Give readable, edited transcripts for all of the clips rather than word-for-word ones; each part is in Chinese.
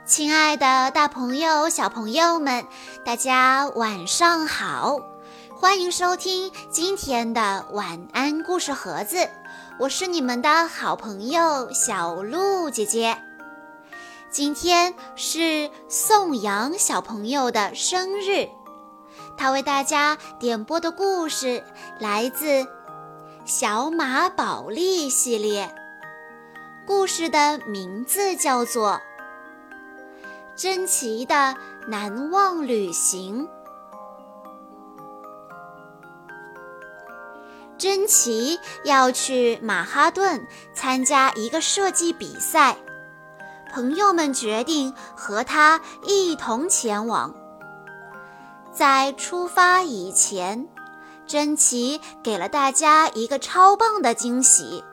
亲爱的大朋友、小朋友们，大家晚上好！欢迎收听今天的晚安故事盒子，我是你们的好朋友小鹿姐姐。今天是宋阳小朋友的生日，他为大家点播的故事来自小马宝莉系列，故事的名字叫做珍奇的难忘旅行。珍奇要去马哈顿参加一个设计比赛，朋友们决定和他一同前往。在出发以前，珍奇给了大家一个超棒的惊喜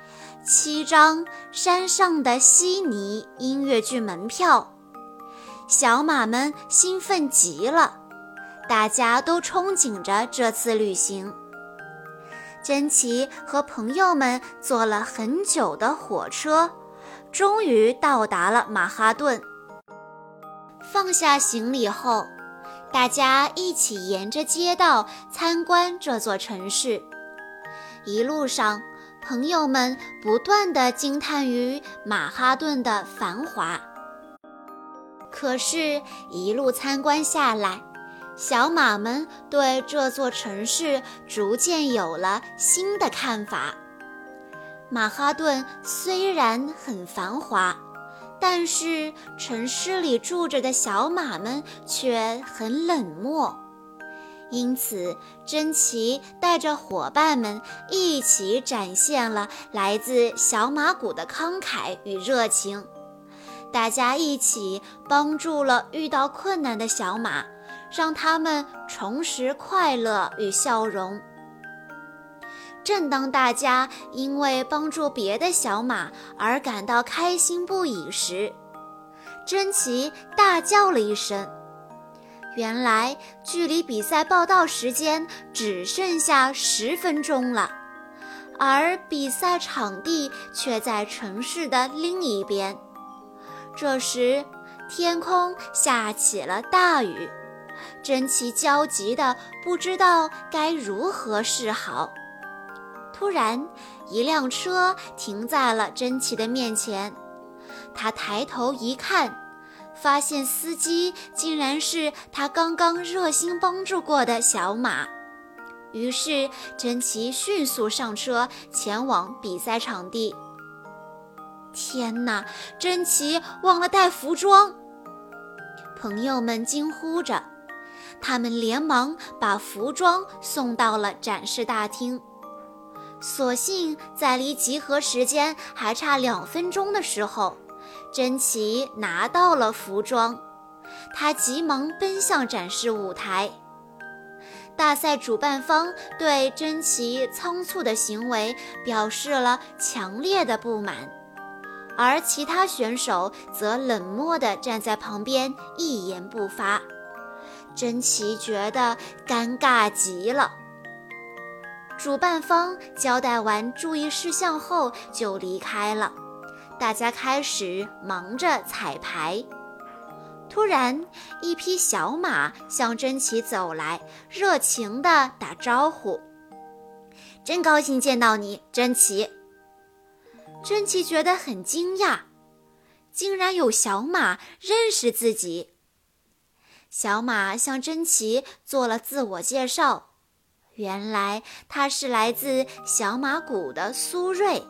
，7张山上的悉尼音乐剧门票。小马们兴奋极了，大家都憧憬着这次旅行。珍奇和朋友们坐了很久的火车，终于到达了马哈顿。放下行李后，大家一起沿着街道参观这座城市。一路上，朋友们不断地惊叹于马哈顿的繁华。可是，一路参观下来，小马们对这座城市逐渐有了新的看法。马哈顿虽然很繁华，但是城市里住着的小马们却很冷漠。因此，珍奇带着伙伴们一起展现了来自小马谷的慷慨与热情。大家一起帮助了遇到困难的小马，让他们重拾快乐与笑容。正当大家因为帮助别的小马而感到开心不已时，珍奇大叫了一声。原来距离比赛报到时间只剩下10分钟了，而比赛场地却在城市的另一边。这时，天空下起了大雨，珍奇焦急地不知道该如何是好。突然，一辆车停在了珍奇的面前，他抬头一看，发现司机竟然是他刚刚热心帮助过的小马。于是，珍奇迅速上车，前往比赛场地。天哪，珍奇忘了带服装！朋友们惊呼着，他们连忙把服装送到了展示大厅。所幸在离集合时间还差2分钟的时候，珍奇拿到了服装，她急忙奔向展示舞台。大赛主办方对珍奇仓促的行为表示了强烈的不满，而其他选手则冷漠地站在旁边一言不发。珍奇觉得尴尬极了。主办方交代完注意事项后就离开了，大家开始忙着彩排。突然，一匹小马向珍奇走来，热情地打招呼：“真高兴见到你，珍奇。”珍奇觉得很惊讶，竟然有小马认识自己。小马向珍奇做了自我介绍，原来他是来自小马谷的苏瑞。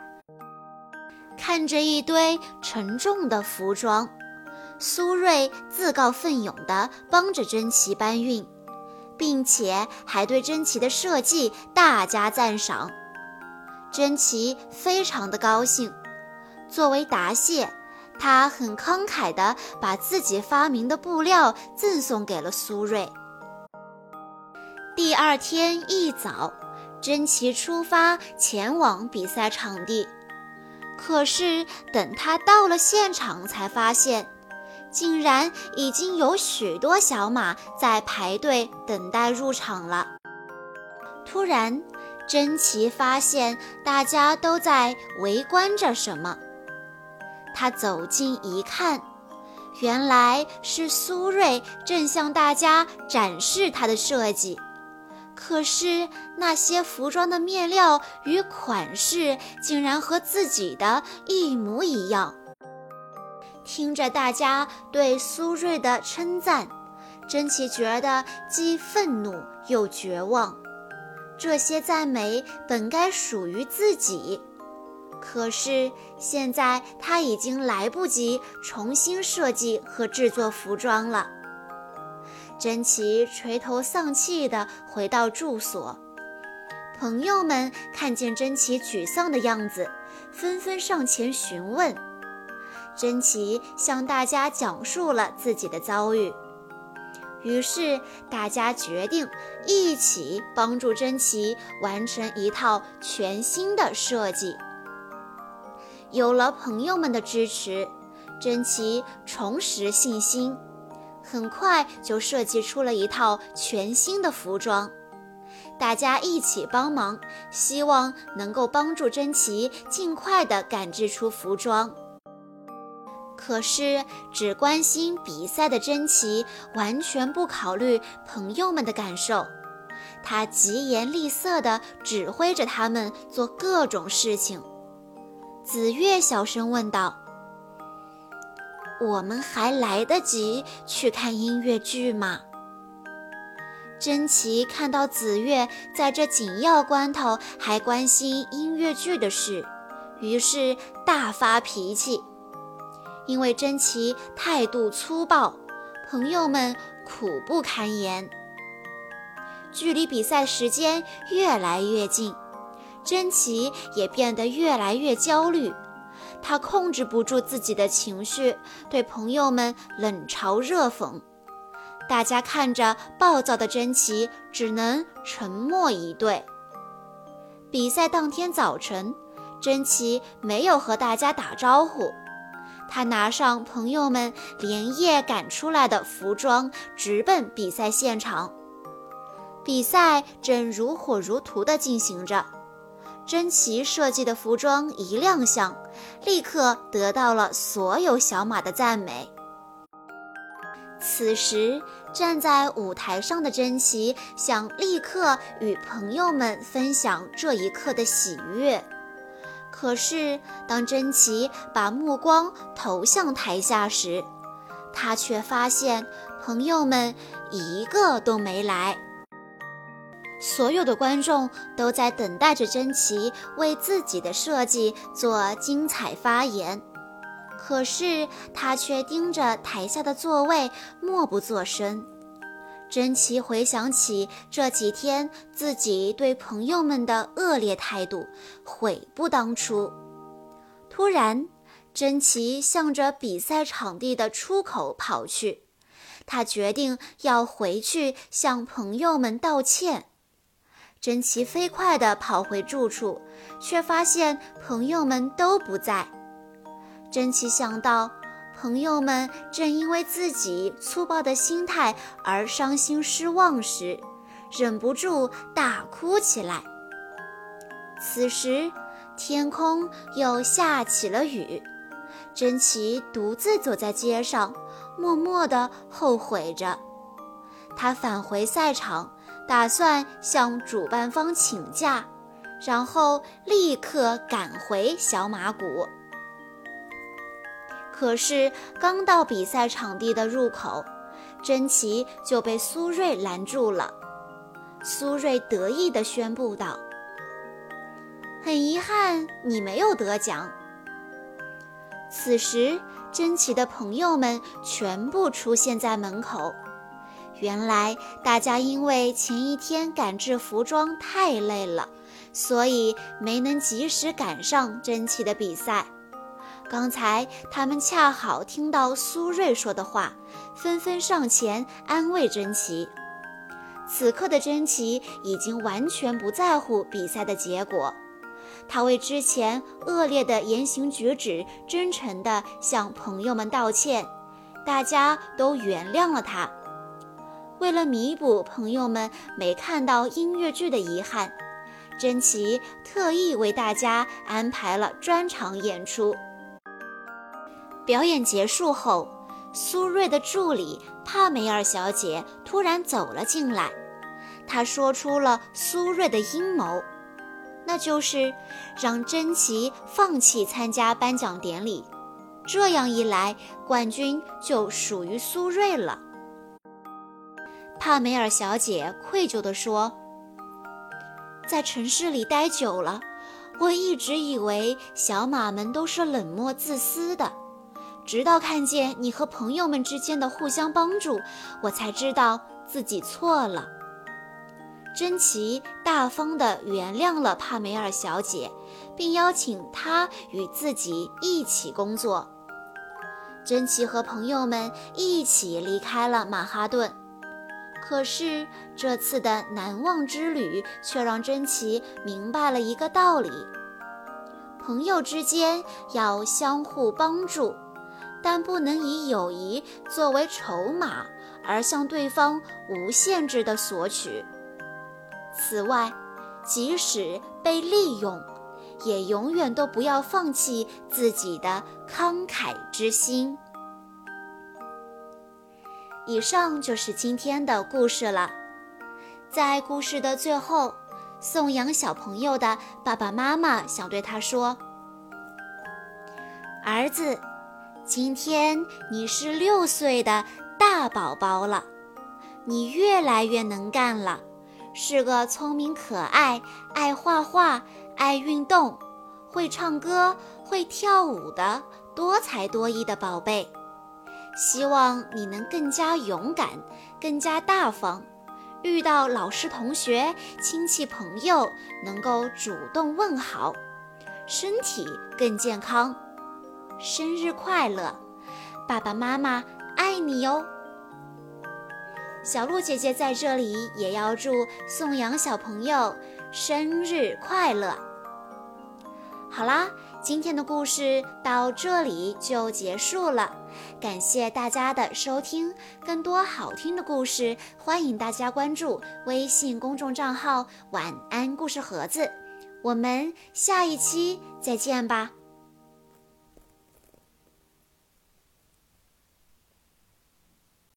看着一堆沉重的服装，苏瑞自告奋勇地帮着珍奇搬运，并且还对珍奇的设计大加赞赏。珍奇非常的高兴，作为答谢，他很慷慨地把自己发明的布料赠送给了苏瑞。第2天一早，珍奇出发前往比赛场地。可是等他到了现场才发现，竟然已经有许多小马在排队等待入场了。突然，珍奇发现大家都在围观着什么。他走近一看， 原来是苏芮正向大家展示她的设计，可是那些服装的面料与款式竟然和自己的一模一样。听着大家对苏芮的称赞，珍奇觉得既愤怒又绝望。这些赞美本该属于自己，可是现在他已经来不及重新设计和制作服装了。珍奇垂头丧气地回到住所，朋友们看见珍奇沮丧的样子，纷纷上前询问。珍奇向大家讲述了自己的遭遇，于是大家决定一起帮助珍奇完成一套全新的设计。有了朋友们的支持，珍奇重拾信心，很快就设计出了一套全新的服装。大家一起帮忙，希望能够帮助珍奇尽快地赶制出服装。可是只关心比赛的珍奇完全不考虑朋友们的感受，她疾言厉色地指挥着他们做各种事情。紫月小声问道：“我们还来得及去看音乐剧吗？”珍奇看到紫月在这紧要关头还关心音乐剧的事，于是大发脾气。因为珍奇态度粗暴，朋友们苦不堪言。距离比赛时间越来越近，珍奇也变得越来越焦虑。她控制不住自己的情绪，对朋友们冷嘲热讽。大家看着暴躁的珍奇，只能沉默以对。比赛当天早晨，珍奇没有和大家打招呼。他拿上朋友们连夜赶出来的服装，直奔比赛现场。比赛正如火如荼地进行着，珍奇设计的服装一亮相，立刻得到了所有小马的赞美。此时，站在舞台上的珍奇想立刻与朋友们分享这一刻的喜悦。可是，当珍奇把目光投向台下时，他却发现朋友们一个都没来。所有的观众都在等待着珍奇为自己的设计做精彩发言，可是他却盯着台下的座位，默不作声。珍奇回想起这几天自己对朋友们的恶劣态度，悔不当初。突然，珍奇向着比赛场地的出口跑去，他决定要回去向朋友们道歉。珍奇飞快地跑回住处，却发现朋友们都不在。珍奇想到朋友们正因为自己粗暴的心态而伤心失望时，忍不住大哭起来。此时，天空又下起了雨，珍奇独自走在街上，默默地后悔着。他返回赛场，打算向主办方请假，然后立刻赶回小马谷。可是刚到比赛场地的入口，珍奇就被苏芮拦住了。苏芮得意地宣布道：“很遗憾，你没有得奖。”此时，珍奇的朋友们全部出现在门口。原来大家因为前一天赶制服装太累了，所以没能及时赶上珍奇的比赛。刚才他们恰好听到苏芮说的话，纷纷上前安慰珍奇。此刻的珍奇已经完全不在乎比赛的结果，他为之前恶劣的言行举止真诚地向朋友们道歉，大家都原谅了他。为了弥补朋友们没看到音乐剧的遗憾，珍奇特意为大家安排了专场演出。表演结束后， 苏芮的助理帕梅尔小姐突然走了进来，她说出了苏芮的阴谋，那就是让珍奇放弃参加颁奖典礼，这样一来，冠军就属于苏芮了。帕梅尔小姐愧疚地说：“在城市里待久了，我一直以为小马们都是冷漠自私的，直到看见你和朋友们之间的互相帮助，我才知道自己错了。”珍奇大方地原谅了帕梅尔小姐，并邀请她与自己一起工作。珍奇和朋友们一起离开了曼哈顿，可是这次的难忘之旅却让珍奇明白了一个道理：朋友之间要相互帮助，但不能以友谊作为筹码而向对方无限制地索取。此外，即使被利用，也永远都不要放弃自己的慷慨之心。以上就是今天的故事了。在故事的最后，送养小朋友的爸爸妈妈想对他说：“儿子，今天你是6岁的大宝宝了，你越来越能干了，是个聪明可爱、爱画画、爱运动、会唱歌、会跳舞的多才多艺的宝贝。希望你能更加勇敢，更加大方，遇到老师、同学、亲戚、朋友能够主动问好，身体更健康。生日快乐，爸爸妈妈爱你哟！”小鹿姐姐在这里也要祝颂扬小朋友生日快乐。好啦，今天的故事到这里就结束了，感谢大家的收听。更多好听的故事，欢迎大家关注微信公众账号“晚安故事盒子”。我们下一期再见吧。